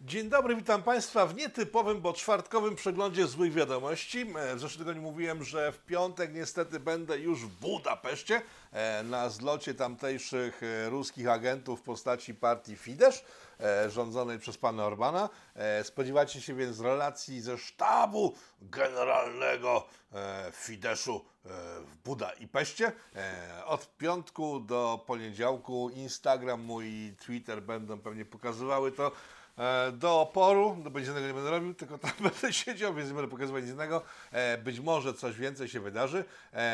Dzień dobry, witam Państwa w nietypowym, bo czwartkowym przeglądzie złych wiadomości. W zeszłym tygodniu mówiłem, że w piątek niestety będę już w Budapeszcie na zlocie tamtejszych ruskich agentów w postaci partii Fidesz, rządzonej przez pana Orbana. Spodziewacie się więc relacji ze sztabu generalnego Fideszu w Buda i Peście. Od piątku do poniedziałku Instagram mój i Twitter będą pewnie pokazywały to do oporu, do nic innego nie będę robił, tylko tam będę siedział, więc nie będę pokazywać nic innego. Być może coś więcej się wydarzy.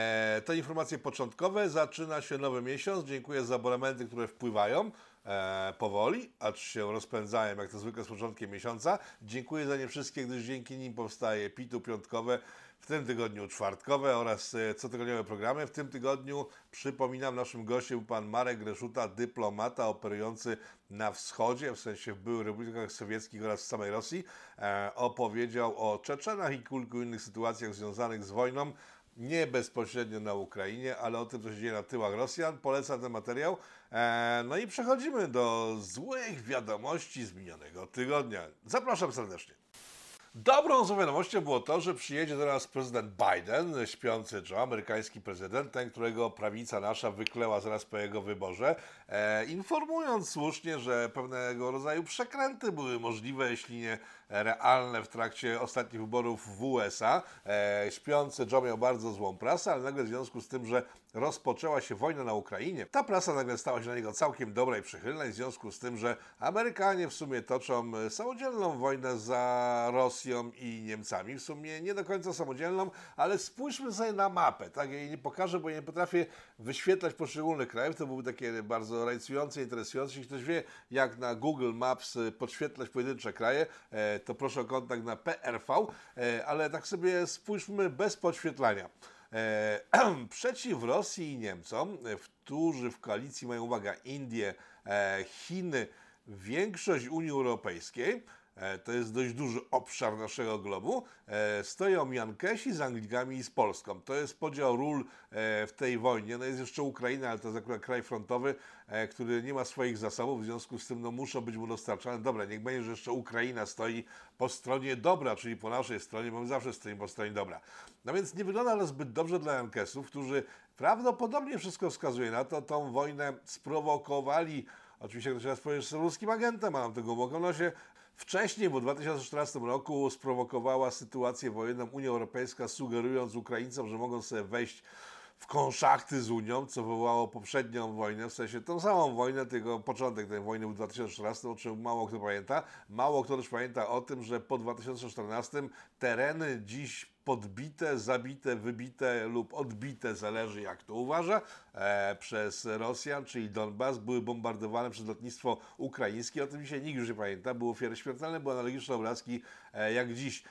To informacje początkowe, zaczyna się nowy miesiąc. Dziękuję za abonamenty, które wpływają powoli, acz się rozpędzają jak to zwykle z początkiem miesiąca. Dziękuję za nie wszystkie, gdyż dzięki nim powstaje PIT-u piątkowe, w tym tygodniu czwartkowe oraz cotygodniowe programy. W tym tygodniu, przypominam, naszym gościem był pan Marek Greszuta, dyplomata operujący na wschodzie, w sensie w byłych republikach sowieckich oraz w samej Rosji. Opowiedział o Czeczenach i kilku innych sytuacjach związanych z wojną, nie bezpośrednio na Ukrainie, ale o tym, co się dzieje na tyłach Rosjan. Polecam ten materiał. No i przechodzimy do złych wiadomości z minionego tygodnia. Zapraszam serdecznie. Dobrą złą wiadomością było to, że przyjedzie do nas prezydent Biden, śpiący Joe, amerykański prezydent, ten, którego prawica nasza wykleła zaraz po jego wyborze, informując słusznie, że pewnego rodzaju przekręty były możliwe, jeśli nie realne w trakcie ostatnich wyborów w USA. Śpiący Joe miał bardzo złą prasę, ale nagle w związku z tym, że rozpoczęła się wojna na Ukrainie, ta prasa nagle stała się dla niego całkiem dobra i przychylna i w związku z tym, że Amerykanie w sumie toczą samodzielną wojnę za Rosją i Niemcami, w sumie nie do końca samodzielną, ale spójrzmy sobie na mapę, tak? Ja jej nie pokażę, bo ja nie potrafię wyświetlać poszczególnych krajów, to były takie bardzo rajcujące, interesujące. Jeśli ktoś wie, jak na Google Maps podświetlać pojedyncze kraje, to proszę o kontakt na PRV, ale tak sobie spójrzmy bez podświetlania. Przeciw Rosji i Niemcom, którzy w koalicji mają, uwaga, Indie, Chiny, większość Unii Europejskiej, to jest dość duży obszar naszego globu, stoją Jankesi z Anglikami i z Polską. To jest podział ról w tej wojnie. No jest jeszcze Ukraina, ale to jest akurat kraj frontowy, który nie ma swoich zasobów, w związku z tym no, muszą być mu dostarczane. Dobra, niech będzie, że jeszcze Ukraina stoi po stronie dobra, czyli po naszej stronie, bo my zawsze stoimy po stronie dobra. No więc nie wygląda to zbyt dobrze dla Jankesów, którzy prawdopodobnie, wszystko wskazuje na to, tą wojnę sprowokowali. Oczywiście ktoś teraz powie, że są ruskim agentem, a mam tego głęboko nosie. Wcześniej, bo w 2014 roku sprowokowała sytuację wojenną Unia Europejska, sugerując Ukraińcom, że mogą sobie wejść w konszachty z Unią, co wywołało poprzednią wojnę, w sensie tą samą wojnę, tylko początek tej wojny był w 2014, o czym mało kto pamięta. Mało kto też pamięta o tym, że po 2014 tereny dziś podbite, zabite, wybite lub odbite, zależy jak to uważa, przez Rosjan, czyli Donbas, były bombardowane przez lotnictwo ukraińskie. O tym dzisiaj nikt już nie pamięta. Były ofiary śmiertelne, były analogiczne obrazki jak dziś.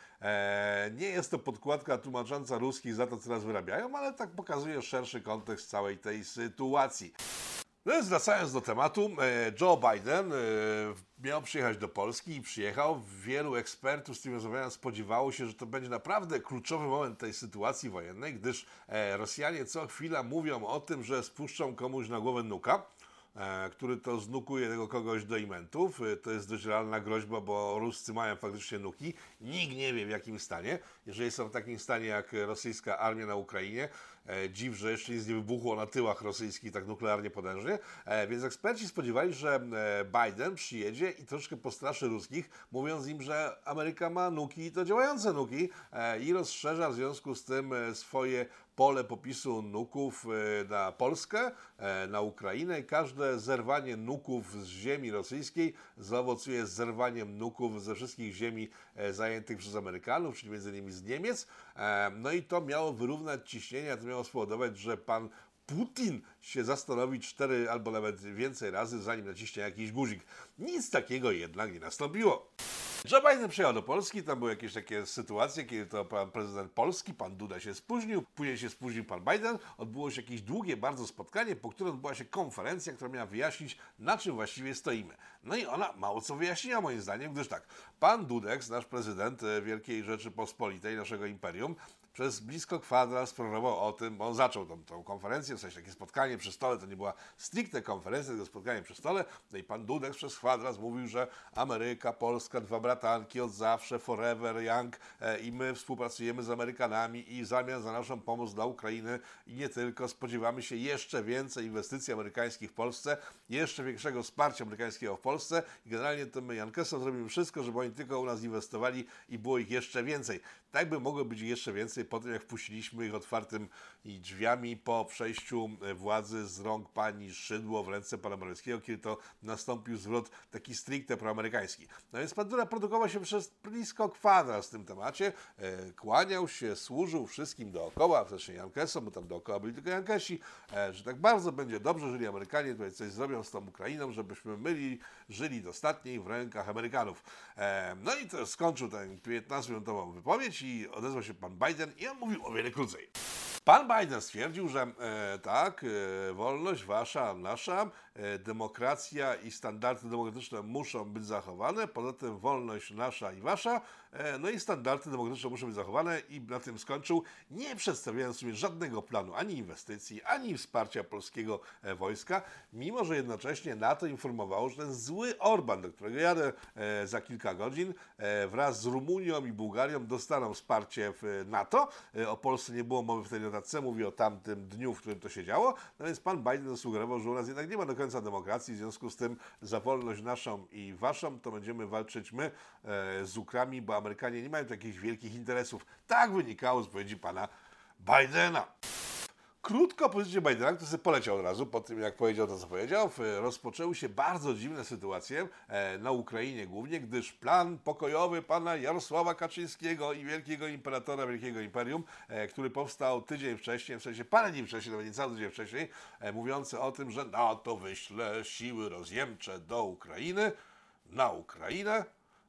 Nie jest to podkładka tłumacząca ruskich za to, co teraz wyrabiają, ale tak pokazuje szerszy kontekst całej tej sytuacji. No więc wracając do tematu, Joe Biden miał przyjechać do Polski i przyjechał. Wielu ekspertów, z którymi rozmawiałem, spodziewało się, że to będzie naprawdę kluczowy moment tej sytuacji wojennej, gdyż Rosjanie co chwila mówią o tym, że spuszczą komuś na głowę nuka, który to znukuje tego kogoś do imentów. To jest dość realna groźba, bo Ruscy mają faktycznie nuki. Nikt nie wie w jakim stanie. Jeżeli są w takim stanie jak rosyjska armia na Ukrainie, dziw, że jeszcze nic nie wybuchło na tyłach rosyjskich tak nuklearnie potężnie. Więc eksperci spodziewali, że Biden przyjedzie i troszkę postraszy ruskich, mówiąc im, że Ameryka ma nuki i to działające nuki i rozszerza w związku z tym swoje pole popisu nuków na Polskę, na Ukrainę. Każde zerwanie nuków z ziemi rosyjskiej zaowocuje zerwaniem nuków ze wszystkich ziemi zajętych przez Amerykanów, czyli między innymi z Niemiec. No i to miało wyrównać ciśnienie, a to miało spowodować, że pan Putin się zastanowi 4 albo nawet więcej razy, zanim naciśnie jakiś guzik. Nic takiego jednak nie nastąpiło. Joe Biden przyjechał do Polski, tam były jakieś takie sytuacje, kiedy to pan prezydent Polski, pan Duda się spóźnił, później się spóźnił pan Biden, odbyło się jakieś długie bardzo spotkanie, po którym odbyła się konferencja, która miała wyjaśnić, na czym właściwie stoimy. No i ona mało co wyjaśniła moim zdaniem, gdyż tak, pan Dudek, nasz prezydent Wielkiej Rzeczypospolitej, naszego imperium, przez blisko kwadras programował o tym, bo on zaczął tą konferencję, w sensie takie spotkanie przy stole, to nie była stricte konferencja, tylko spotkanie przy stole. No i pan Dudek przez kwadras mówił, że Ameryka, Polska, dwa bratanki od zawsze, forever young i my współpracujemy z Amerykanami i w zamian za naszą pomoc dla Ukrainy i nie tylko spodziewamy się jeszcze więcej inwestycji amerykańskich w Polsce, jeszcze większego wsparcia amerykańskiego w Polsce i generalnie to my Jankesom zrobimy wszystko, żeby oni tylko u nas inwestowali i było ich jeszcze więcej. Tak by mogło być jeszcze więcej po tym, jak wpuściliśmy ich otwartymi drzwiami po przejściu władzy z rąk pani Szydło w ręce pana Morawieckiego, kiedy to nastąpił zwrot taki stricte proamerykański. No więc pan Duda produkował się przez blisko kwadras w tym temacie, kłaniał się, służył wszystkim dookoła, wreszcie Jankesom, bo tam dookoła byli tylko Jankesi, że tak bardzo będzie dobrze, jeżeli Amerykanie tutaj coś zrobią z tą Ukrainą, żebyśmy żyli dostatniej w rękach Amerykanów. No i to skończył tę 15-minutową wypowiedź i odezwał się pan Biden i on mówił o wiele krócej. Pan Biden stwierdził, że tak, wolność wasza, nasza, demokracja i standardy demokratyczne muszą być zachowane, poza tym wolność nasza i wasza, no i standardy demokratyczne muszą być zachowane i na tym skończył, nie przedstawiając sobie żadnego planu ani inwestycji, ani wsparcia polskiego wojska, mimo że jednocześnie NATO informowało, że ten zły Orban, do którego jadę za kilka godzin, wraz z Rumunią i Bułgarią dostaną wsparcie w NATO. O Polsce nie było mowy w tej notatce, mówi o tamtym dniu, w którym to się działo, no więc pan Biden sugerował, że u nas jednak nie ma do końca demokracji, w związku z tym za wolność naszą i waszą to będziemy walczyć my z Ukrami, bo Amerykanie nie mają takich wielkich interesów. Tak wynikało z wypowiedzi pana Bidena. Krótko po wizycie Bidena, który sobie poleciał od razu po tym, jak powiedział to, co powiedział, rozpoczęły się bardzo dziwne sytuacje na Ukrainie głównie, gdyż plan pokojowy pana Jarosława Kaczyńskiego i wielkiego imperatora, wielkiego imperium, który powstał tydzień wcześniej, w sensie parę dni wcześniej, nawet nie cały tydzień wcześniej, mówiący o tym, że NATO wyśle siły rozjemcze do Ukrainy, na Ukrainę,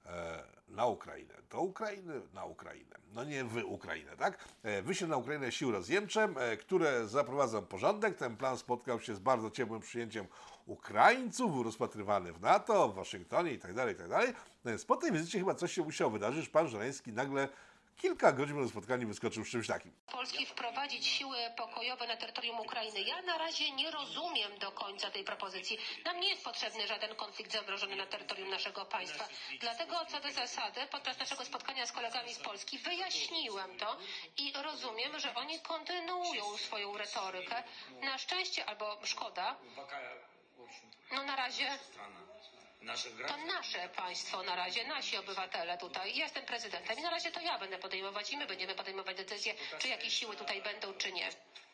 do Ukrainy, na Ukrainę. No nie w Ukrainę, tak? Wyśle na Ukrainę siły rozjemcze, które zaprowadzą porządek. Ten plan spotkał się z bardzo ciepłym przyjęciem Ukraińców, był rozpatrywany w NATO, w Waszyngtonie itd., itd. No więc po tej wizycie chyba coś się musiało wydarzyć, że pan Żeleński nagle kilka godzin po spotkaniu wyskoczył z czymś takim. Polski wprowadzić siły pokojowe na terytorium Ukrainy. Ja na razie nie rozumiem do końca tej propozycji. Nam nie jest potrzebny żaden konflikt zamrożony na terytorium naszego państwa. Dlatego co do zasady podczas naszego spotkania z kolegami z Polski wyjaśniłem to i rozumiem, że oni kontynuują swoją retorykę. Na szczęście albo szkoda. No na razie to nasze państwo na razie, nasi obywatele tutaj. Ja jestem prezydentem i na razie to ja będę podejmować i my będziemy podejmować decyzję, czy jakieś siły tutaj będą, czy nie.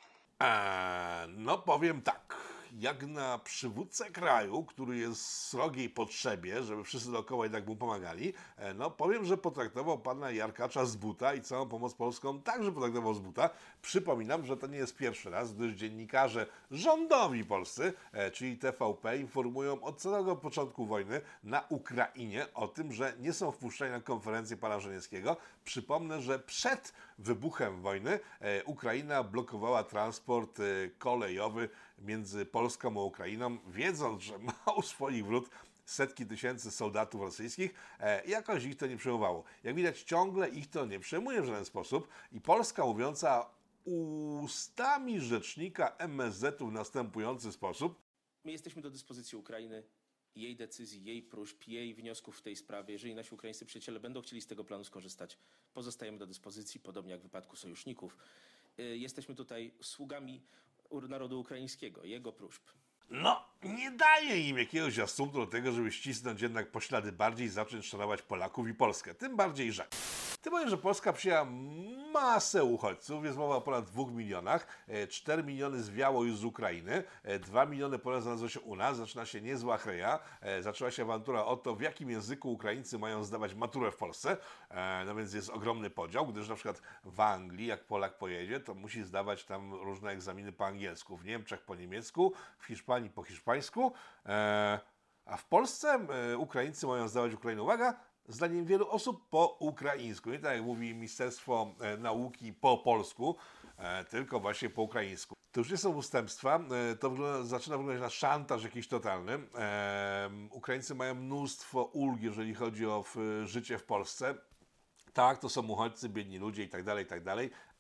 No powiem tak, jak na przywódcę kraju, który jest w srogiej potrzebie, żeby wszyscy dookoła jednak mu pomagali, no powiem, że potraktował pana Jarkacza z buta i całą pomoc polską także potraktował z buta. Przypominam, że to nie jest pierwszy raz, gdyż dziennikarze rządowi polscy, czyli TVP, informują od samego początku wojny na Ukrainie o tym, że nie są wpuszczani na konferencję pana Żeleńskiego. Przypomnę, że przed wybuchem wojny Ukraina blokowała transport kolejowy między Polską a Ukrainą, wiedząc, że ma u swoich wrót setki tysięcy soldatów rosyjskich, jakoś ich to nie przejmowało. Jak widać, ciągle ich to nie przejmuje w żaden sposób i Polska mówiąca ustami rzecznika MSZ-u w następujący sposób. My jesteśmy do dyspozycji Ukrainy, jej decyzji, jej próśb, jej wniosków w tej sprawie. Jeżeli nasi ukraińscy przyjaciele będą chcieli z tego planu skorzystać, pozostajemy do dyspozycji, podobnie jak w wypadku sojuszników. Jesteśmy tutaj sługami narodu ukraińskiego, jego próśb. No, nie daje im jakiegoś asumptu do tego, żeby ścisnąć jednak poślady bardziej i zacząć szanować Polaków i Polskę. Tym bardziej, że Polska przyjęła masę uchodźców, jest mowa o ponad 2 milionach, 4 miliony zwiało już z Ukrainy, 2 miliony ponad znalazło się u nas, zaczyna się niezła chreja, zaczęła się awantura o to, w jakim języku Ukraińcy mają zdawać maturę w Polsce, no więc jest ogromny podział, gdyż na przykład w Anglii, jak Polak pojedzie, to musi zdawać tam różne egzaminy po angielsku, w Niemczech po niemiecku, w Hiszpanii po hiszpańsku, a w Polsce Ukraińcy mają zdawać Ukrainę, uwaga, zdaniem wielu osób po ukraińsku. Nie tak jak mówi Ministerstwo Nauki po polsku, tylko właśnie po ukraińsku. To już nie są ustępstwa, to zaczyna wyglądać na szantaż jakiś totalny. Ukraińcy mają mnóstwo ulg, jeżeli chodzi o życie w Polsce. Tak, to są uchodźcy, biedni ludzie i tak dalej,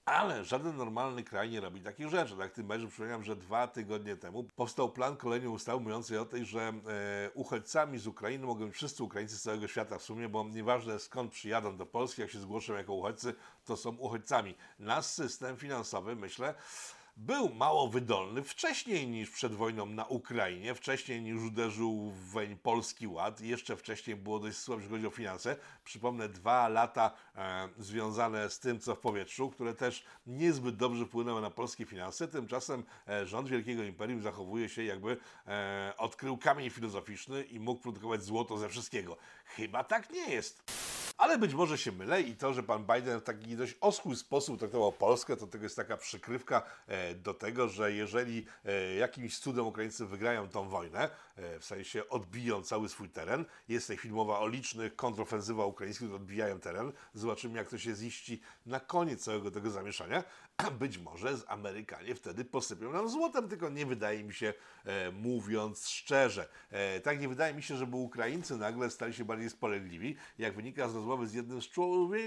Ale żaden normalny kraj nie robi takich rzeczy. Tak, tym bardziej przypominam, że 2 tygodnie temu powstał plan kolejnej ustawy mówiącej o tej, że uchodźcami z Ukrainy mogą być wszyscy Ukraińcy z całego świata w sumie, bo nieważne skąd przyjadą do Polski, jak się zgłoszą jako uchodźcy, to są uchodźcami. Nasz system finansowy, myślę, był mało wydolny wcześniej niż przed wojną na Ukrainie, wcześniej niż uderzył weń Polski Ład i jeszcze wcześniej było dość słabo, jeśli chodzi o finanse. Przypomnę, 2 lata związane z tym, co w powietrzu, które też niezbyt dobrze wpłynęły na polskie finanse. Tymczasem rząd Wielkiego Imperium zachowuje się, jakby odkrył kamień filozoficzny i mógł produkować złoto ze wszystkiego. Chyba tak nie jest. Ale być może się mylę i to, że pan Biden w taki dość oschły sposób traktował Polskę, to tego jest taka przykrywka do tego, że jeżeli jakimś cudem Ukraińcy wygrają tą wojnę, w sensie odbiją cały swój teren, jest tej chwili mowa o licznych kontrofensywach ukraińskich, które odbijają teren, zobaczymy jak to się ziści na koniec całego tego zamieszania, być może Amerykanie wtedy posypią nam złotem, tylko nie wydaje mi się, mówiąc szczerze. Tak nie wydaje mi się, żeby Ukraińcy nagle stali się bardziej spolegliwi, jak wynika z rozmowy z jednym z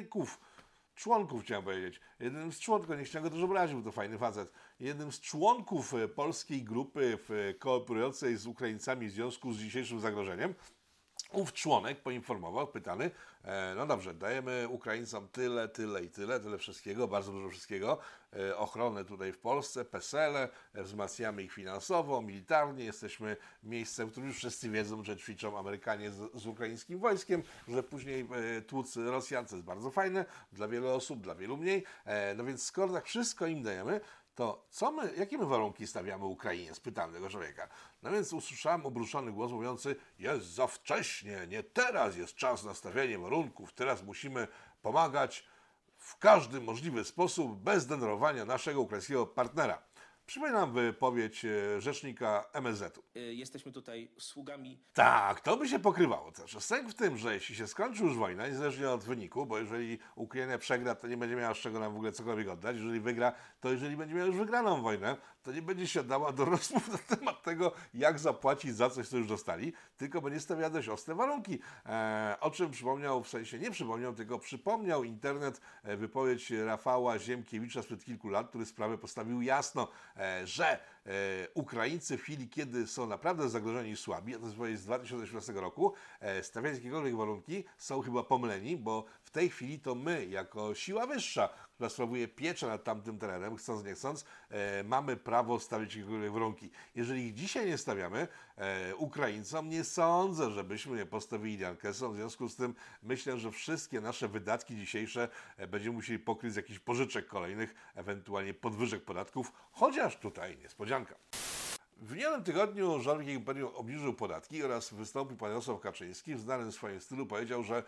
członków chciałem powiedzieć, jednym z członków, nie chciałem go też obrazić, bo to fajny facet, jednym z członków polskiej grupy kooperującej z Ukraińcami w związku z dzisiejszym zagrożeniem. Ów członek poinformował, pytany, no dobrze, dajemy Ukraińcom tyle wszystkiego, bardzo dużo wszystkiego, ochronę tutaj w Polsce, PESEL-e, wzmacniamy ich finansowo, militarnie, jesteśmy miejscem, w którym już wszyscy wiedzą, że ćwiczą Amerykanie z ukraińskim wojskiem, że później tłuc Rosjan, co jest bardzo fajne dla wielu osób, dla wielu mniej, no więc skoro tak wszystko im dajemy, to jakie my warunki stawiamy Ukrainie? Spytałem tego człowieka. No więc usłyszałem obruszony głos mówiący, jest za wcześnie, nie teraz jest czas na stawianie warunków, teraz musimy pomagać w każdy możliwy sposób, bez denerwowania naszego ukraińskiego partnera. Przypominam wypowiedź rzecznika MSZ-u. Jesteśmy tutaj sługami. Tak, to by się pokrywało też. Sęk w tym, że jeśli się skończy już wojna, niezależnie od wyniku, bo jeżeli Ukraina przegra, to nie będzie miała z czego nam w ogóle cokolwiek oddać. Jeżeli wygra, to jeżeli będzie miała już wygraną wojnę, to nie będzie się oddała do rozmów na temat tego, jak zapłacić za coś, co już dostali, tylko będzie stawiała dość ostre warunki. O czym przypomniał, w sensie nie przypomniał, tylko przypomniał internet wypowiedź Rafała Ziemkiewicza sprzed kilku lat, który sprawę postawił jasno, że Ukraińcy w chwili, kiedy są naprawdę zagrożeni i słabi, a to jest wypowiedź z 2018 roku, stawiając jakiekolwiek warunki, są chyba pomyleni, bo w tej chwili to my, jako siła wyższa, która sprawuje pieczę nad tamtym terenem, chcąc nie chcąc, mamy prawo stawiać jakiekolwiek warunki. Jeżeli ich dzisiaj nie stawiamy Ukraińcom, nie sądzę, żebyśmy je postawili Jankesom. W związku z tym myślę, że wszystkie nasze wydatki dzisiejsze będziemy musieli pokryć z jakichś pożyczek kolejnych, ewentualnie podwyżek podatków, chociaż tutaj niespodzianka. W minionym tygodniu rząd Wielkiego Imperium obniżył podatki oraz wystąpił pan Jarosław Kaczyński w znanym swoim stylu, powiedział, że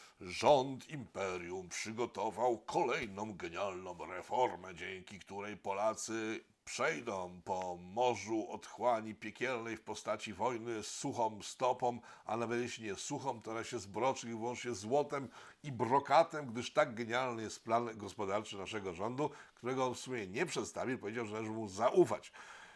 rząd Imperium przygotował kolejną genialną reformę, dzięki której Polacy przejdą po morzu otchłani piekielnej w postaci wojny z suchą stopą, a nawet jeśli nie suchą, to ona się zbroczy wyłącznie złotem i brokatem, gdyż tak genialny jest plan gospodarczy naszego rządu, którego on w sumie nie przedstawił, powiedział, że należy mu zaufać.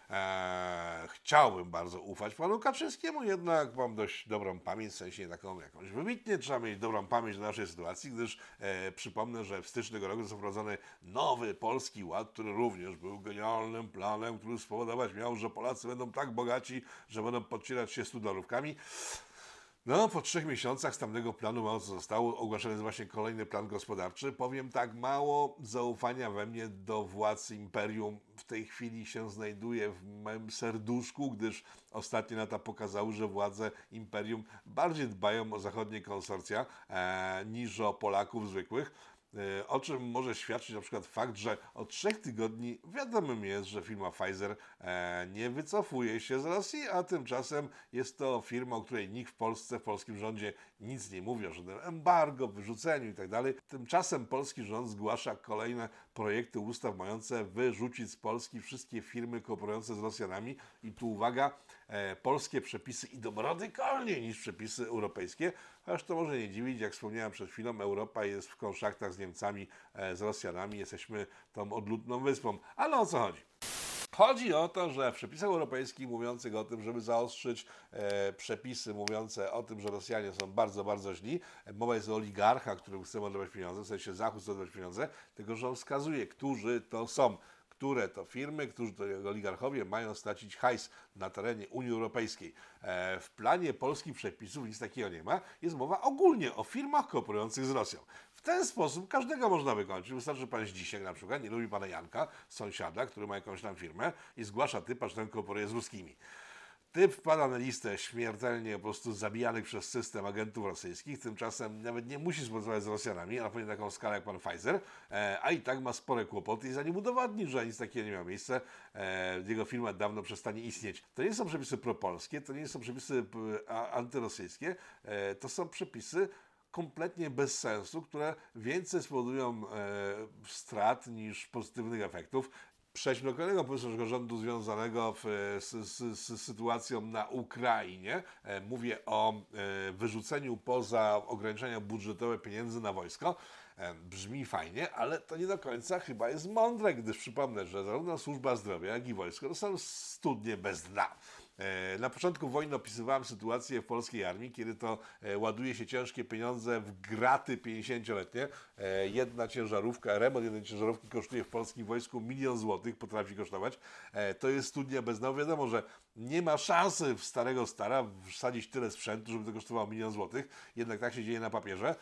Chciałbym bardzo ufać panu Kaczyńskiemu, jednak mam dość dobrą pamięć, w sensie nie taką jakąś wybitnie, trzeba mieć dobrą pamięć do naszej sytuacji, gdyż przypomnę, że w styczniu tego roku został wprowadzony nowy Polski Ład, który również był genialnym planem, który spowodować miał, że Polacy będą tak bogaci, że będą podcierać się $100. No, po 3 miesiącach z tamtego planu mało co zostało. Ogłaszany jest właśnie kolejny plan gospodarczy. Powiem tak, mało zaufania we mnie do władz imperium w tej chwili się znajduje w moim serduszku, gdyż ostatnie lata pokazały, że władze imperium bardziej dbają o zachodnie konsorcja niż o Polaków zwykłych. O czym może świadczyć na przykład fakt, że od 3 tygodni wiadomym jest, że firma Pfizer nie wycofuje się z Rosji, a tymczasem jest to firma, o której nikt w Polsce, w polskim rządzie nic nie mówi, o żadnym embargo, wyrzuceniu itd. Tymczasem polski rząd zgłasza kolejne projekty ustaw mające wyrzucić z Polski wszystkie firmy kooperujące z Rosjanami i tu uwaga, polskie przepisy idą radykalnie niż przepisy europejskie, chociaż to może nie dziwić, jak wspomniałem przed chwilą, Europa jest w konszaktach z Niemcami, z Rosjanami, jesteśmy tą odludną wyspą. Ale o co chodzi? Chodzi o to, że w przepisach europejskich mówiących o tym, żeby zaostrzyć przepisy mówiące o tym, że Rosjanie są bardzo, bardzo źli, mowa jest o oligarchach, którym chcemy oddawać pieniądze, w sensie Zachód chce oddawać pieniądze, tylko że on wskazuje, którzy to są, które to firmy, którzy to oligarchowie mają stracić hajs na terenie Unii Europejskiej. W planie polskich przepisów nic takiego nie ma. Jest mowa ogólnie o firmach kooperujących z Rosją. W ten sposób każdego można wykończyć. Wystarczy, że pan Zdzisiek na przykład nie lubi pana Janka, sąsiada, który ma jakąś tam firmę i zgłasza typa, że ten kooperuje z ruskimi. Typ wpada na listę śmiertelnie po prostu zabijanych przez system agentów rosyjskich. Tymczasem nawet nie musi współpracować z Rosjanami, a na taką skalę jak pan Pfizer, a i tak ma spore kłopoty i zanim udowodni, że nic takiego nie miało miejsca, jego firma dawno przestanie istnieć. To nie są przepisy propolskie, to nie są przepisy antyrosyjskie, to są przepisy kompletnie bez sensu, które więcej spowodują strat niż pozytywnych efektów. Przejdźmy do kolejnego pomysłu naszego rządu związanego z sytuacją na Ukrainie. Mówię o wyrzuceniu poza ograniczenia budżetowe pieniędzy na wojsko. Brzmi fajnie, ale to nie do końca chyba jest mądre, gdyż przypomnę, że zarówno służba zdrowia, jak i wojsko to są studnie bez dna. Na początku wojny opisywałem sytuację w polskiej armii, kiedy to ładuje się ciężkie pieniądze w graty 50-letnie. Jedna ciężarówka, remont jednej ciężarówki kosztuje w polskim wojsku 1 000 000 złotych, potrafi kosztować. To jest studnia bez dna. Wiadomo, że nie ma szansy w starego stara wsadzić tyle sprzętu, żeby to kosztowało 1 000 000 złotych. Jednak tak się dzieje na papierze.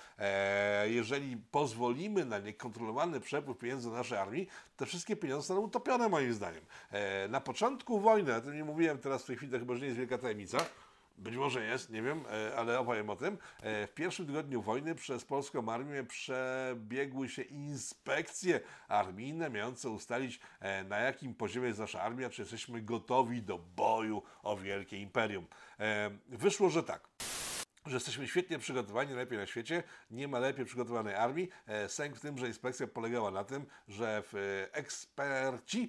Jeżeli pozwolimy na niekontrolowany przepływ pieniędzy do naszej armii, te wszystkie pieniądze zostaną utopione moim zdaniem. Na początku wojny, o tym nie mówiłem teraz w tej chwili, to chyba że nie jest wielka tajemnica, być może jest, nie wiem, ale opowiem o tym. W pierwszym tygodniu wojny przez polską armię przebiegły się inspekcje armijne, mające ustalić, na jakim poziomie jest nasza armia, czy jesteśmy gotowi do boju o wielkie imperium. Wyszło, że tak. Że jesteśmy świetnie przygotowani, najlepiej na świecie, nie ma lepiej przygotowanej armii. Sęk w tym, że inspekcja polegała na tym, że eksperci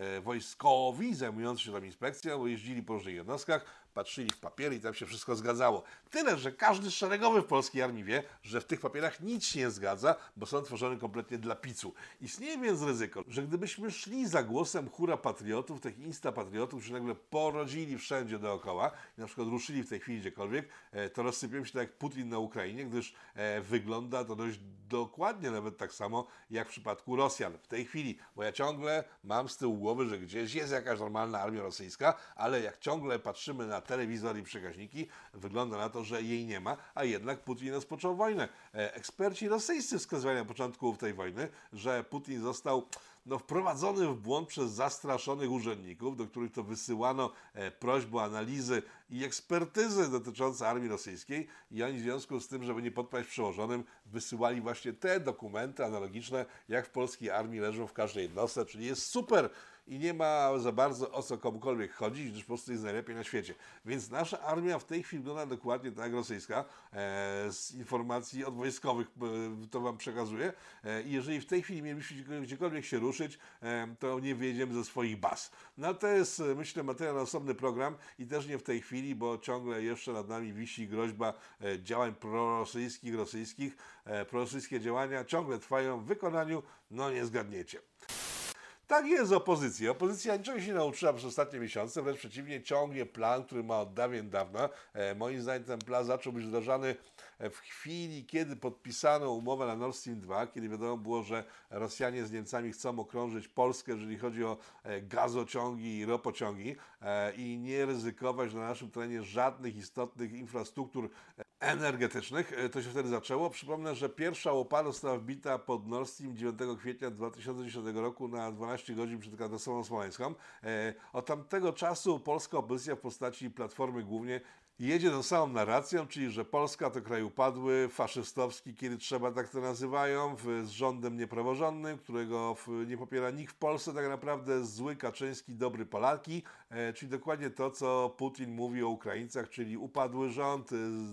wojskowi zajmujący się tą inspekcją jeździli po różnych jednostkach, patrzyli w papiery i tam się wszystko zgadzało. Tyle, że każdy szeregowy w polskiej armii wie, że w tych papierach nic się nie zgadza, bo są tworzone kompletnie dla picu. Istnieje więc ryzyko, że gdybyśmy szli za głosem hura patriotów, tych instapatriotów, którzy nagle porodzili wszędzie dookoła i na przykład ruszyli w tej chwili gdziekolwiek, to rozsypiemy się tak jak Putin na Ukrainie, gdyż wygląda to dość dokładnie, nawet tak samo jak w przypadku Rosjan w tej chwili, bo ja ciągle mam z tyłu głowy, że gdzieś jest jakaś normalna armia rosyjska, ale jak ciągle patrzymy na telewizor i przekaźniki, wygląda na to, że jej nie ma, a jednak Putin rozpoczął wojnę. Eksperci rosyjscy wskazywali na początku tej wojny, że Putin został wprowadzony w błąd przez zastraszonych urzędników, do których to wysyłano prośbę o analizy i ekspertyzy dotyczące armii rosyjskiej i oni w związku z tym, żeby nie podpaść przełożonym, wysyłali właśnie te dokumenty analogiczne, jak w polskiej armii leżą w każdej jednostce, czyli jest super i nie ma za bardzo o co komukolwiek chodzić, gdyż po prostu jest najlepiej na świecie. Więc nasza armia w tej chwili wygląda dokładnie tak jak rosyjska. Z informacji od wojskowych to wam przekazuję. I jeżeli w tej chwili mielibyśmy gdziekolwiek się ruszyć, to nie wyjedziemy ze swoich baz. No to jest, myślę, materiał na osobny program i też nie w tej chwili, bo ciągle jeszcze nad nami wisi groźba działań prorosyjskich, rosyjskich. Prorosyjskie działania ciągle trwają w wykonaniu, no nie zgadniecie. Tak jest opozycja. Opozycja niczego się nie nauczyła przez ostatnie miesiące, wręcz przeciwnie, ciągnie plan, który ma od dawien dawna. Moim zdaniem ten plan zaczął być wdrażany w chwili, kiedy podpisano umowę na Nord Stream 2, kiedy wiadomo było, że Rosjanie z Niemcami chcą okrążyć Polskę, jeżeli chodzi o gazociągi i ropociągi i nie ryzykować na naszym terenie żadnych istotnych infrastruktur energetycznych. To się wtedy zaczęło. Przypomnę, że pierwsza łopata została wbita pod Nord Stream 9 kwietnia 2010 roku na 12 godzin przed katastrofą smoleńską. Od tamtego czasu polska opozycja w postaci Platformy głównie jedzie tą samą narracją, czyli że Polska to kraj upadły, faszystowski, kiedy trzeba, tak to nazywają, z rządem niepraworządnym, którego nie popiera nikt w Polsce, tak naprawdę zły Kaczyński, dobry Polaki, czyli dokładnie to, co Putin mówi o Ukraińcach, czyli upadły rząd,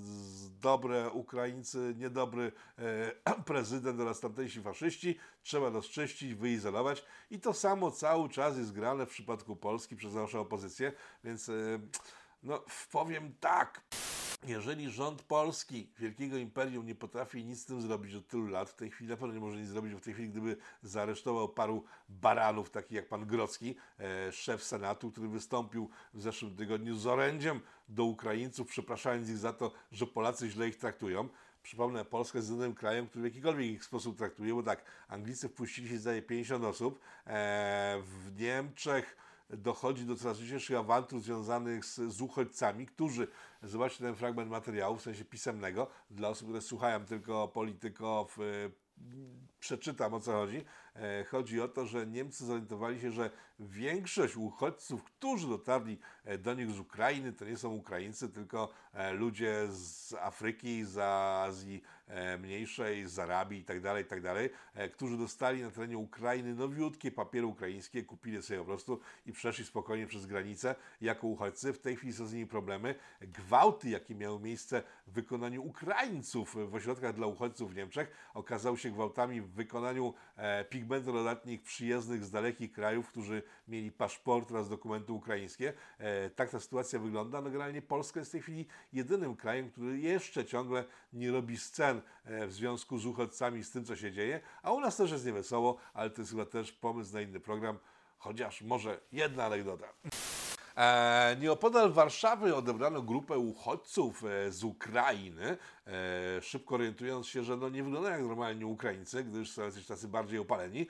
dobre Ukraińcy, niedobry prezydent oraz tamtejsi faszyści, trzeba rozczyścić, wyizolować i to samo cały czas jest grane w przypadku Polski przez naszą opozycję, więc no powiem tak, jeżeli rząd polski, wielkiego imperium, nie potrafi nic z tym zrobić od tylu lat, w tej chwili na pewno nie może nic zrobić, bo w tej chwili gdyby zaaresztował paru baranów, takich jak pan Grodzki, szef Senatu, który wystąpił w zeszłym tygodniu z orędziem do Ukraińców, przepraszając ich za to, że Polacy źle ich traktują. Przypomnę, Polska jest jedynym krajem, który w jakikolwiek ich sposób traktuje, bo tak, Anglicy wpuścili się, zdaje, 50 osób, w Niemczech dochodzi do coraz liczniejszych awantur związanych z uchodźcami, którzy, zobaczcie ten fragment materiału, w sensie pisemnego, dla osób, które słuchają tylko polityków, przeczytam, o co chodzi. Chodzi o to, że Niemcy zorientowali się, że większość uchodźców, którzy dotarli do nich z Ukrainy, to nie są Ukraińcy, tylko ludzie z Afryki, z Azji Mniejszej, z Arabii itd., którzy dostali na terenie Ukrainy nowiutkie papiery ukraińskie, kupili sobie po prostu i przeszli spokojnie przez granicę jako uchodźcy. W tej chwili są z nimi problemy. Gwałty, jakie miały miejsce w wykonaniu Ukraińców w ośrodkach dla uchodźców w Niemczech, okazały się gwałtami w wykonaniu pigmentoletnich przyjezdnych z dalekich krajów, którzy mieli paszport oraz dokumenty ukraińskie. Tak ta sytuacja wygląda. No generalnie Polska jest w tej chwili jedynym krajem, który jeszcze ciągle nie robi scen w związku z uchodźcami, z tym, co się dzieje, a u nas też jest niewesoło, ale to jest chyba też pomysł na inny program, chociaż może jedna anegdota. Nieopodal Warszawy odebrano grupę uchodźców z Ukrainy, szybko orientując się, że nie wyglądają jak normalni Ukraińcy, gdyż są jacyś tacy bardziej opaleni.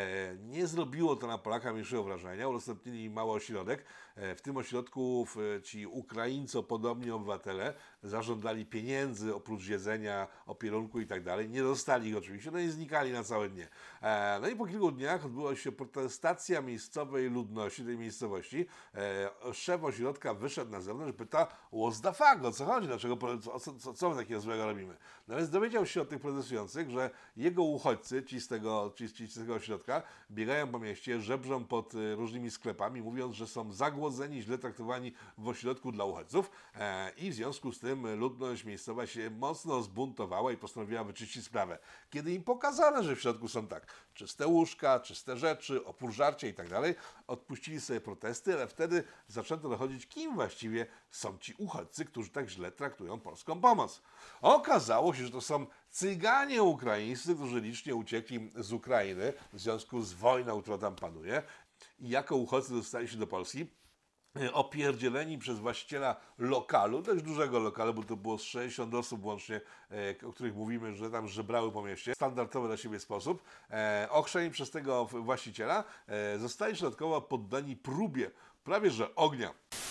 Nie zrobiło to na Polakach mniejszego wrażenia. Udostępnili im mały ośrodek. W tym ośrodku ci Ukraińco-podobni obywatele zażądali pieniędzy oprócz jedzenia, opierunku i tak dalej. Nie dostali ich oczywiście, no i znikali na całe dnie. No i po kilku dniach odbyła się protestacja miejscowej ludności, tej miejscowości. Szef ośrodka wyszedł na zewnątrz i pyta, what's the fuck, o co chodzi, dlaczego, co my takiego złego robimy? No więc dowiedział się od tych protestujących, że jego uchodźcy, ci z tego ośrodka, biegają po mieście, żebrzą pod różnymi sklepami, mówiąc, że są zagłodzeni, źle traktowani w ośrodku dla uchodźców i w związku z tym ludność miejscowa się mocno zbuntowała i postanowiła wyczyścić sprawę. Kiedy im pokazano, że w środku są tak czyste łóżka, czyste rzeczy, opór żarcia i tak dalej, odpuścili sobie protesty, ale wtedy zaczęto dochodzić, kim właściwie są ci uchodźcy, którzy tak źle traktują polską pomoc. Okazało się, że to są Cyganie ukraińscy, którzy licznie uciekli z Ukrainy w związku z wojną, która tam panuje i jako uchodźcy dostali się do Polski. Opierdzieleni przez właściciela lokalu, dość dużego lokalu, bo to było z 60 osób łącznie, o których mówimy, że tam żebrały po mieście, standardowy dla siebie sposób, ochrzczeni przez tego właściciela, zostali środkowo poddani próbie prawie że ognia.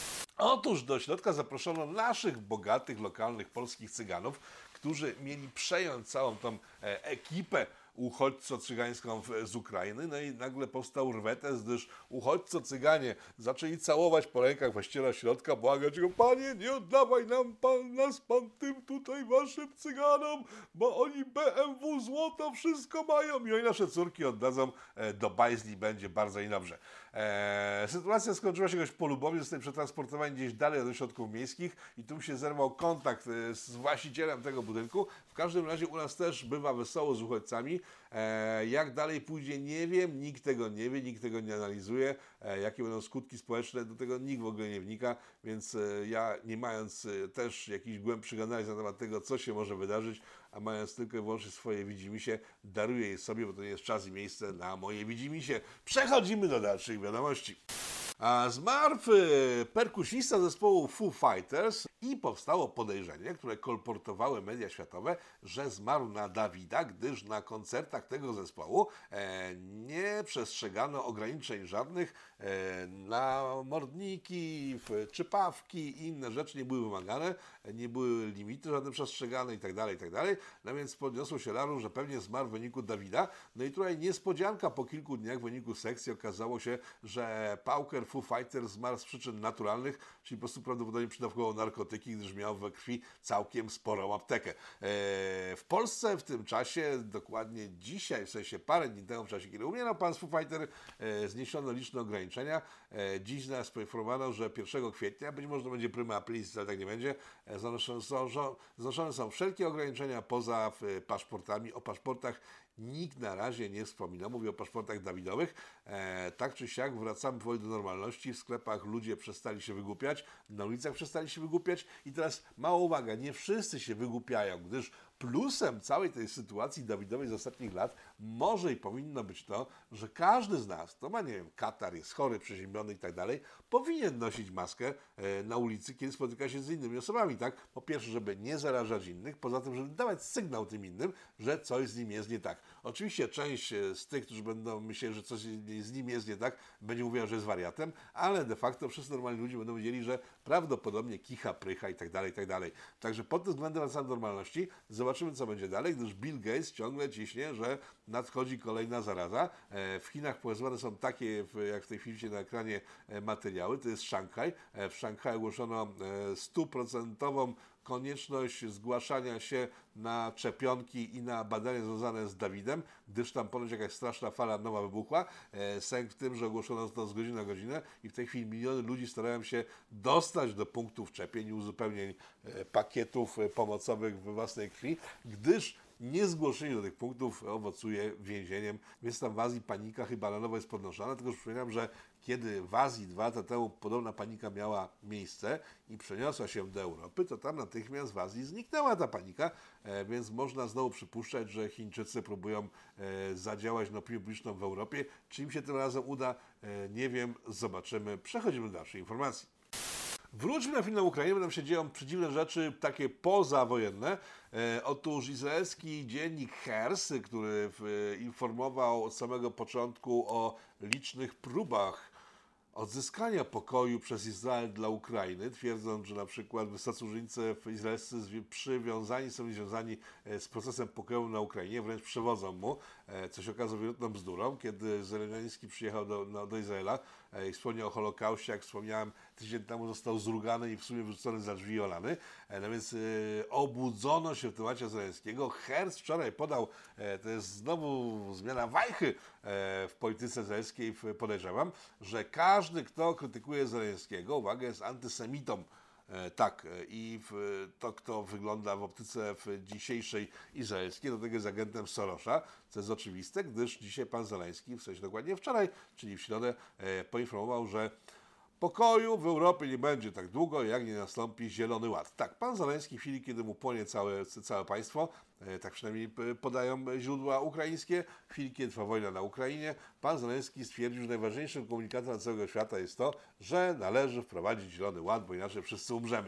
Otóż do środka zaproszono naszych bogatych, lokalnych polskich Cyganów, którzy mieli przejąć całą tą ekipę uchodźco-cygańską z Ukrainy, no i nagle powstał rwetes, gdyż uchodźco-cyganie zaczęli całować po rękach właściciela środka, błagać go, panie, nie oddawaj nas pan tym tutaj waszym Cyganom, bo oni BMW, złoto, wszystko mają i oni nasze córki oddadzą do bajzli, będzie bardzo i dobrze. Sytuacja skończyła się jakoś polubowie, zostali przetransportowani gdzieś dalej do ośrodków miejskich i tu się zerwał kontakt z właścicielem tego budynku. W każdym razie u nas też bywa wesoło z uchodźcami. Jak dalej pójdzie, nie wiem, nikt tego nie wie, nikt tego nie analizuje. Jakie będą skutki społeczne, do tego nikt w ogóle nie wnika, więc ja, nie mając też jakichś głębszych analiz na temat tego, co się może wydarzyć, a mając tylko i wyłącznie swoje widzimisię, daruję je sobie, bo to nie jest czas i miejsce na moje widzimisie. Przechodzimy do dalszych wiadomości. Zmarł perkusista zespołu Foo Fighters i powstało podejrzenie, które kolportowały media światowe, że zmarł na Dawida, gdyż na koncertach tego zespołu nie przestrzegano ograniczeń żadnych na mordniki, czypawki i inne rzeczy nie były wymagane, nie były limity żadne przestrzegane itd., itd. No więc podniosło się larum, że pewnie zmarł w wyniku Dawida. No i tutaj niespodzianka, po kilku dniach w wyniku sekcji okazało się, że Pauker Foo Fighters zmarł z przyczyn naturalnych, czyli po prostu prawdopodobnie przydawkował narkotyki, gdyż miał we krwi całkiem sporą aptekę. W Polsce w tym czasie, dokładnie dzisiaj, w sensie parę dni temu, w czasie kiedy umierał pan z Foo Fighter, zniesiono liczne ograniczenia. Dziś nas poinformowano, że 1 kwietnia, być może to będzie prima aprilis, ale tak nie będzie, znoszone są wszelkie ograniczenia poza paszportami. O paszportach nikt na razie nie wspomina. Mówię o paszportach Dawidowych. Tak czy siak wracamy powoli do normalności. W sklepach ludzie przestali się wygłupiać, na ulicach przestali się wygłupiać i teraz mała uwaga, nie wszyscy się wygłupiają, gdyż plusem całej tej sytuacji Dawidowej z ostatnich lat może i powinno być to, że każdy z nas, to ma, nie wiem, katar, jest chory, przeziębiony i tak dalej, powinien nosić maskę na ulicy, kiedy spotyka się z innymi osobami, tak? Po pierwsze, żeby nie zarażać innych, poza tym, żeby dawać sygnał tym innym, że coś z nim jest nie tak. Oczywiście część z tych, którzy będą myśleli, że coś z nim jest nie tak, będzie mówiła, że jest wariatem, ale de facto wszyscy normalni ludzie będą wiedzieli, że prawdopodobnie kicha, prycha i tak dalej, i tak dalej. Także pod tym względem wracamy do normalności. Zobaczymy, co będzie dalej, gdyż Bill Gates ciągle ciśnie, że nadchodzi kolejna zaraza. W Chinach pokazywane są takie, jak w tej chwili widzicie na ekranie, materiały. To jest Szanghaj. W Szanghaju ogłoszono 100% konieczność zgłaszania się na szczepionki i na badania związane z Dawidem, gdyż tam ponoć jakaś straszna fala nowa wybuchła. Sęk w tym, że ogłoszono to z godziny na godzinę i w tej chwili miliony ludzi starają się dostać do punktów szczepień i uzupełnień pakietów pomocowych we własnej krwi, gdyż niezgłoszenie do tych punktów owocuje więzieniem, więc tam w Azji panika chyba na nowo jest podnoszona. Tylko przypominam, że kiedy w Azji 2 lata temu podobna panika miała miejsce i przeniosła się do Europy, to tam natychmiast w Azji zniknęła ta panika, więc można znowu przypuszczać, że Chińczycy próbują zadziałać na opinię publiczną w Europie. Czy im się tym razem uda? Nie wiem, zobaczymy. Przechodzimy do dalszej informacji. Wróćmy na chwilę na Ukrainę, bo tam się dzieją przedziwne rzeczy, takie pozawojenne. Otóż izraelski dziennik Hers, który informował od samego początku o licznych próbach odzyskania pokoju przez Izrael dla Ukrainy, twierdząc, że na przykład wysocy urzędnicy izraelscy są związani z procesem pokoju na Ukrainie, wręcz przewodzą mu, co się okazało wierutną bzdurą. Kiedy Zełenski przyjechał do Izraela i wspomniał o Holokauście, jak wspomniałem, tydzień temu został zrugany i w sumie wyrzucony za drzwi olany. No więc obudzono się w temacie Zełenskiego. Herz wczoraj podał, to jest znowu zmiana wajchy w polityce izraelskiej, podejrzewam, że każdy, kto krytykuje Zełenskiego, uwaga, jest antysemitą. Tak, i to, kto wygląda w optyce dzisiejszej izraelskiej, do tego jest agentem Sorosza, co jest oczywiste, gdyż dzisiaj pan Zełenski, w sensie dokładnie wczoraj, czyli w środę, poinformował, że pokoju w Europie nie będzie tak długo, jak nie nastąpi Zielony Ład. Tak, pan Zełenski w chwili, kiedy mu płonie całe państwo, tak przynajmniej podają źródła ukraińskie, w chwili, kiedy trwa wojna na Ukrainie, pan Zełenski stwierdził, że najważniejszym komunikatem dla całego świata jest to, że należy wprowadzić Zielony Ład, bo inaczej wszyscy umrzemy.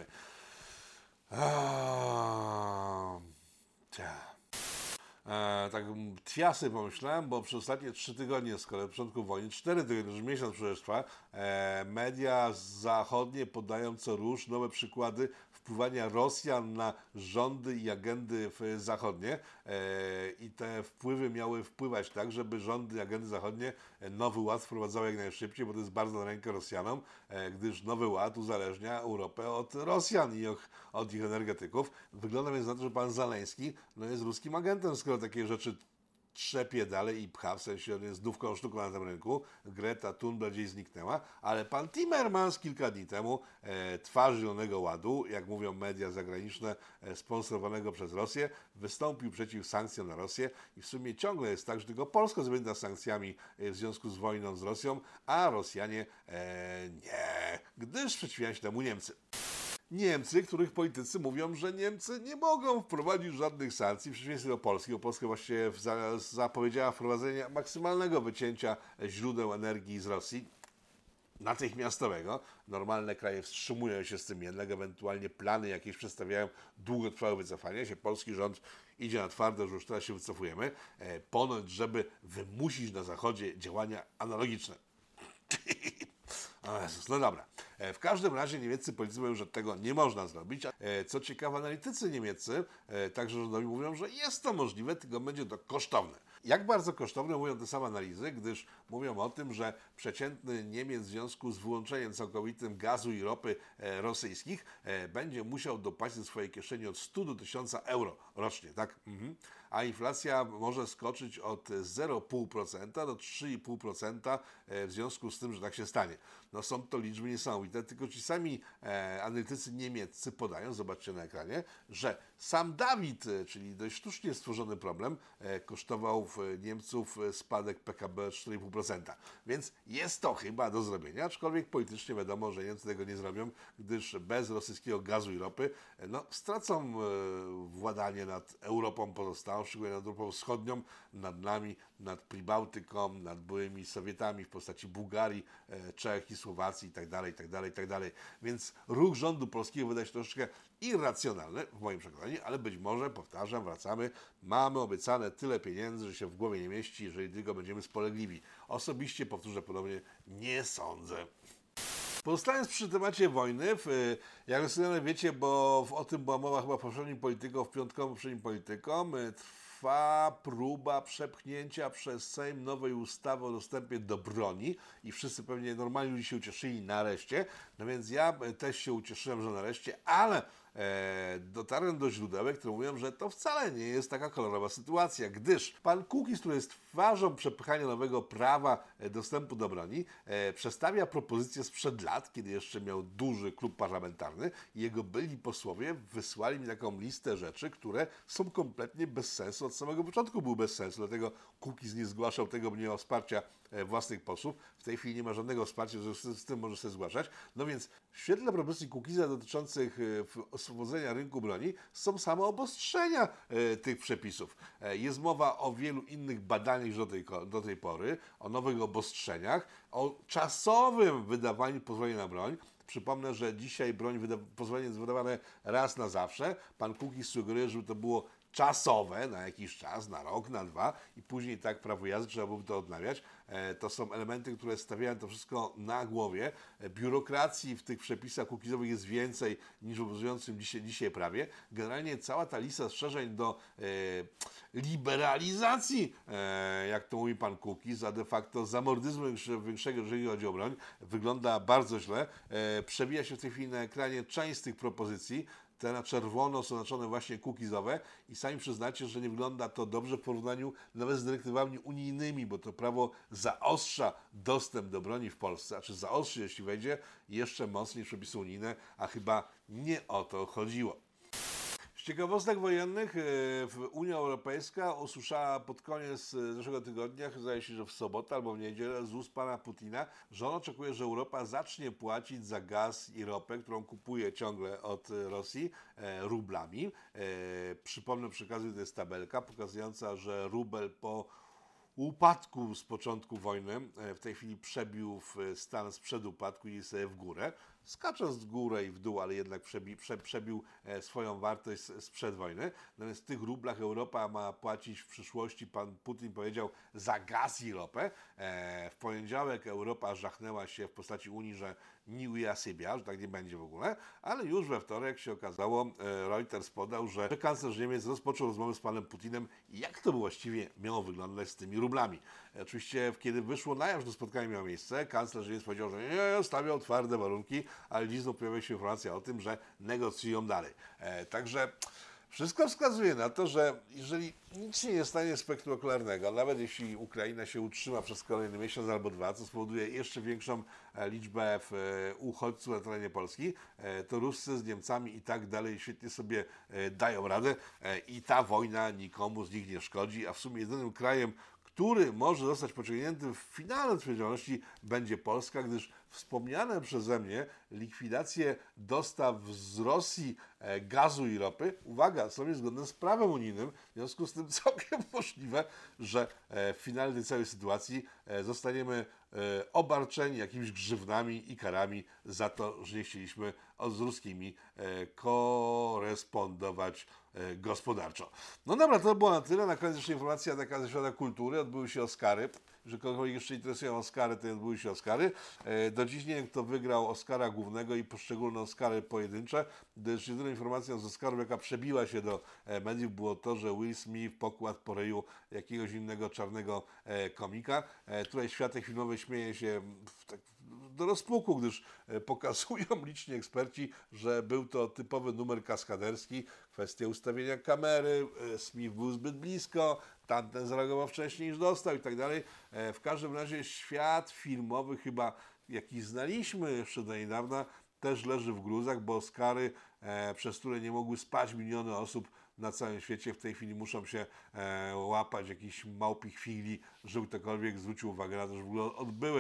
Tak sobie pomyślałem, bo przez ostatnie 3 tygodnie, z kolei od początku wojny, 4 tygodnie, już miesiąc przecież trwa, media zachodnie podają co rusz nowe przykłady wpływania Rosjan na rządy i agendy zachodnie i te wpływy miały wpływać tak, żeby rządy i agendy zachodnie nowy ład wprowadzały jak najszybciej, bo to jest bardzo na rękę Rosjanom, gdyż nowy ład uzależnia Europę od Rosjan i od ich energetyków. Wygląda więc na to, że pan Zaleński jest ruskim agentem, skoro takie rzeczy trzepie dalej i pcha, w sensie on jest dówką sztuką na tym rynku. Greta Thunberg gdzieś zniknęła, ale pan Timmermans kilka dni temu twarz Zielonego Ładu, jak mówią media zagraniczne, sponsorowanego przez Rosję, wystąpił przeciw sankcjom na Rosję i w sumie ciągle jest tak, że tylko Polska jest objęta sankcjami w związku z wojną z Rosją, a Rosjanie nie, gdyż sprzeciwiają się temu Niemcy. Niemcy, których politycy mówią, że Niemcy nie mogą wprowadzić żadnych sankcji, w przeciwieństwie do Polski, bo Polska właściwie zapowiedziała wprowadzenie maksymalnego wycięcia źródeł energii z Rosji, natychmiastowego. Normalne kraje wstrzymują się z tym jednak, ewentualnie plany jakieś przedstawiają długotrwałe wycofanie się. Polski rząd idzie na twardo, że już teraz się wycofujemy, ponoć, żeby wymusić na Zachodzie działania analogiczne. O Jezus, no dobra. W każdym razie niemieccy politycy mówią, że tego nie można zrobić. Co ciekawe, analitycy niemieccy, także rządowi, mówią, że jest to możliwe, tylko będzie to kosztowne. Jak bardzo kosztowne mówią te same analizy, gdyż mówią o tym, że przeciętny Niemiec w związku z wyłączeniem całkowitym gazu i ropy rosyjskich będzie musiał dopłacić do swojej kieszeni od 100 do 1000 euro rocznie, tak? A inflacja może skoczyć od 0,5% do 3,5% w związku z tym, że tak się stanie. No są to liczby niesamowite, tylko ci sami analitycy niemieccy podają, zobaczcie na ekranie, że Sam Dawid, czyli dość sztucznie stworzony problem, kosztował Niemców spadek PKB 4,5%. Więc jest to chyba do zrobienia, aczkolwiek politycznie wiadomo, że Niemcy tego nie zrobią, gdyż bez rosyjskiego gazu i ropy stracą władanie nad Europą pozostałą, szczególnie nad Europą Wschodnią, nad nami, nad Pribałtyką, nad byłymi Sowietami w postaci Bułgarii, Czech i Słowacji itd., itd., itd. Więc ruch rządu polskiego wydaje się troszeczkę irracjonalny, w moim przekonaniu, ale być może, powtarzam, wracamy, mamy obiecane tyle pieniędzy, że się w głowie nie mieści, jeżeli tylko będziemy spolegliwi. Osobiście, powtórzę ponownie, nie sądzę. Pozostając przy temacie wojny, jak doskonale wiecie, bo o tym była mowa chyba w poprzednim Polityko, w piątkowym poprzednim Polityko, trwa próba przepchnięcia przez Sejm nowej ustawy o dostępie do broni i wszyscy pewnie normalni ludzie się ucieszyli nareszcie, no więc ja też się ucieszyłem, że nareszcie, ale dotarłem do źródełek, które mówią, że to wcale nie jest taka kolorowa sytuacja, gdyż pan Kukiz, który jest twarzą przepychania nowego prawa dostępu do broni, przedstawia propozycję sprzed lat, kiedy jeszcze miał duży klub parlamentarny i jego byli posłowie wysłali mi taką listę rzeczy, które są kompletnie bez sensu. Od samego początku był bez sensu, dlatego Kukiz nie zgłaszał tego, bo nie miał wsparcia własnych posłów. W tej chwili nie ma żadnego wsparcia, że z tym może sobie zgłaszać. No więc w świetle propozycji Kukiza dotyczących oswobodzenia rynku broni są same obostrzenia tych przepisów. Jest mowa o wielu innych badaniach niż do tej pory, o nowych obostrzeniach, o czasowym wydawaniu pozwolenia na broń. Przypomnę, że dzisiaj pozwolenie jest wydawane raz na zawsze. Pan Kukiz sugeruje, żeby to było czasowe, na jakiś czas, na rok, na dwa i później tak prawo jazdy trzeba byłoby to odnawiać. To są elementy, które stawiają to wszystko na głowie. Biurokracji w tych przepisach kukizowych jest więcej niż w obowiązującym dzisiaj prawie. Generalnie cała ta lista zastrzeżeń do liberalizacji, jak to mówi pan Kukiz, a de facto zamordyzmu większego, jeżeli chodzi o broń, wygląda bardzo źle. Przewija się w tej chwili na ekranie część z tych propozycji. Te na czerwono są oznaczone właśnie kukizowe i sami przyznacie, że nie wygląda to dobrze w porównaniu nawet z dyrektywami unijnymi, bo to prawo zaostrza dostęp do broni w Polsce, a czy zaostrzy, jeśli wejdzie, jeszcze mocniej niż przepisy unijne, a chyba nie o to chodziło. Z ciekawostek wojennych Unia Europejska usłyszała pod koniec zeszłego tygodnia, zdaje się, że w sobotę albo w niedzielę, z ust pana Putina, że on oczekuje, że Europa zacznie płacić za gaz i ropę, którą kupuje ciągle od Rosji, rublami. Przypomnę przy okazji, to jest tabelka pokazująca, że rubel po upadku z początku wojny w tej chwili przebił stan sprzed upadku i jest w górę. Skacząc w górę i w dół, ale jednak przebił swoją wartość sprzed wojny. Natomiast w tych rublach Europa ma płacić w przyszłości, pan Putin powiedział, za gaz i ropę. W poniedziałek Europa żachnęła się w postaci Unii, że nie uja siebie, że tak nie będzie w ogóle, ale już we wtorek się okazało, Reuters podał, że kanclerz Niemiec rozpoczął rozmowę z panem Putinem, jak to właściwie miało wyglądać z tymi rublami. Oczywiście, kiedy wyszło na jaw, że to spotkanie miało miejsce, kanclerz Niemiec powiedział, że nie, stawiał twarde warunki, ale dziś znów pojawia się informacja o tym, że negocjują dalej. Także wszystko wskazuje na to, że jeżeli nic się nie stanie spektakularnego, nawet jeśli Ukraina się utrzyma przez kolejny miesiąc albo dwa, co spowoduje jeszcze większą liczbę uchodźców na terenie Polski, to Ruscy z Niemcami i tak dalej świetnie sobie dają radę i ta wojna nikomu z nich nie szkodzi, a w sumie jedynym krajem, który może zostać pociągnięty w finale odpowiedzialności, będzie Polska, gdyż wspomniane przeze mnie likwidacje dostaw z Rosji gazu i ropy, uwaga, są niezgodne z prawem unijnym, w związku z tym całkiem możliwe, że w finale tej całej sytuacji zostaniemy obarczeni jakimiś grzywnami i karami za to, że nie chcieliśmy z ruskimi korespondować gospodarczo. No dobra, to było na tyle. Na koniec jeszcze informacja taka ze świata kultury. Odbyły się Oscary. Że kogoś jeszcze interesują Oscary, to odbyły się Oscary. Do dziś nie wiem, kto wygrał Oscara głównego i poszczególne Oscary pojedyncze, gdyż jedyną informacją z Oscarów, jaka przebiła się do mediów, było to, że Will Smith pokładł po ryju jakiegoś innego czarnego komika. Tutaj światek filmowy śmieje się do rozpuku, gdyż pokazują liczni eksperci, że był to typowy numer kaskaderski, kwestia ustawienia kamery, Smith był zbyt blisko, tamten zareagował wcześniej niż dostał i tak dalej. W każdym razie świat filmowy chyba, jaki znaliśmy jeszcze do niedawna, też leży w gruzach, bo Oscary przez które nie mogły spać miliony osób na całym świecie. W tej chwili muszą się łapać jakichś małpich chwili, żeby ktokolwiek zwrócił uwagę na to, że w ogóle odbyły.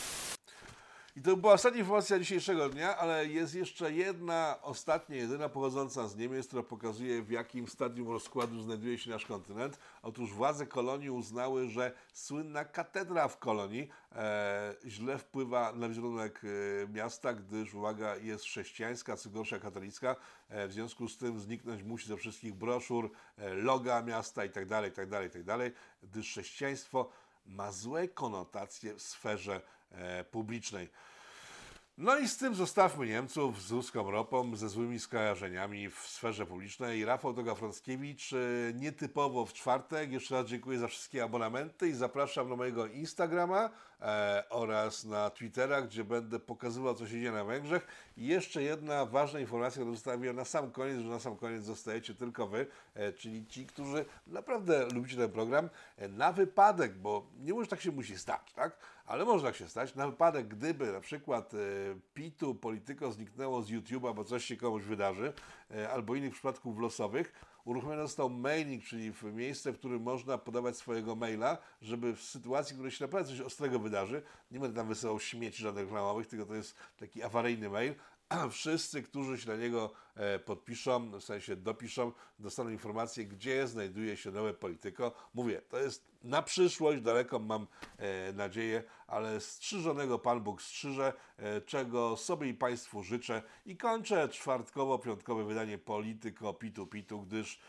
I to była ostatnia informacja dzisiejszego dnia, ale jest jeszcze jedna, ostatnia, jedyna pochodząca z Niemiec, która pokazuje, w jakim stadium rozkładu znajduje się nasz kontynent. Otóż władze Kolonii uznały, że słynna katedra w Kolonii źle wpływa na wizerunek miasta, gdyż, uwaga, jest chrześcijańska, co gorsza katolicka. W związku z tym zniknąć musi ze wszystkich broszur, loga miasta itd., gdyż chrześcijaństwo ma złe konotacje w sferze publicznej. No i z tym zostawmy Niemców z ruską ropą, ze złymi skojarzeniami w sferze publicznej. Rafał Toga-Frąckiewicz, nietypowo w czwartek. Jeszcze raz dziękuję za wszystkie abonamenty i zapraszam na mojego Instagrama oraz na Twittera, gdzie będę pokazywał, co się dzieje na Węgrzech. I jeszcze jedna ważna informacja, którą zostawiam na sam koniec, że na sam koniec zostajecie tylko wy, czyli ci, którzy naprawdę lubicie ten program, na wypadek, bo nie może tak się musi stać, tak? Ale może tak się stać, na wypadek, gdyby na przykład PiTu, Polityko zniknęło z YouTube'a, bo coś się komuś wydarzy, albo innych przypadków losowych, uruchomiony został mailing, czyli miejsce, w którym można podawać swojego maila, żeby w sytuacji, w której się naprawdę coś ostrego wydarzy, nie będę tam wysyłał śmieci żadnych reklamowych, tylko to jest taki awaryjny mail, a wszyscy, którzy się na niego podpiszą, w sensie dopiszą, dostaną informację, gdzie znajduje się nowe Polityko. Mówię, to jest na przyszłość, daleką mam nadzieję, ale strzyżonego Pan Bóg strzyże, czego sobie i Państwu życzę. I kończę czwartkowo-piątkowe wydanie Polityko Pitu, gdyż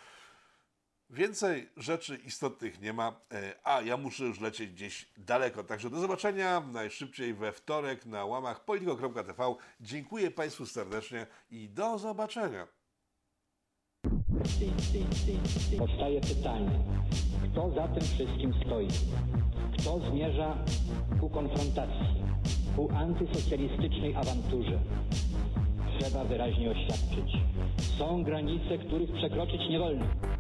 więcej rzeczy istotnych nie ma, a ja muszę już lecieć gdzieś daleko. Także do zobaczenia najszybciej we wtorek na łamach polityko.tv. Dziękuję Państwu serdecznie i do zobaczenia. Powstaje pytanie, kto za tym wszystkim stoi? Kto zmierza ku konfrontacji, ku antysocjalistycznej awanturze? Trzeba wyraźnie oświadczyć. Są granice, których przekroczyć nie wolno.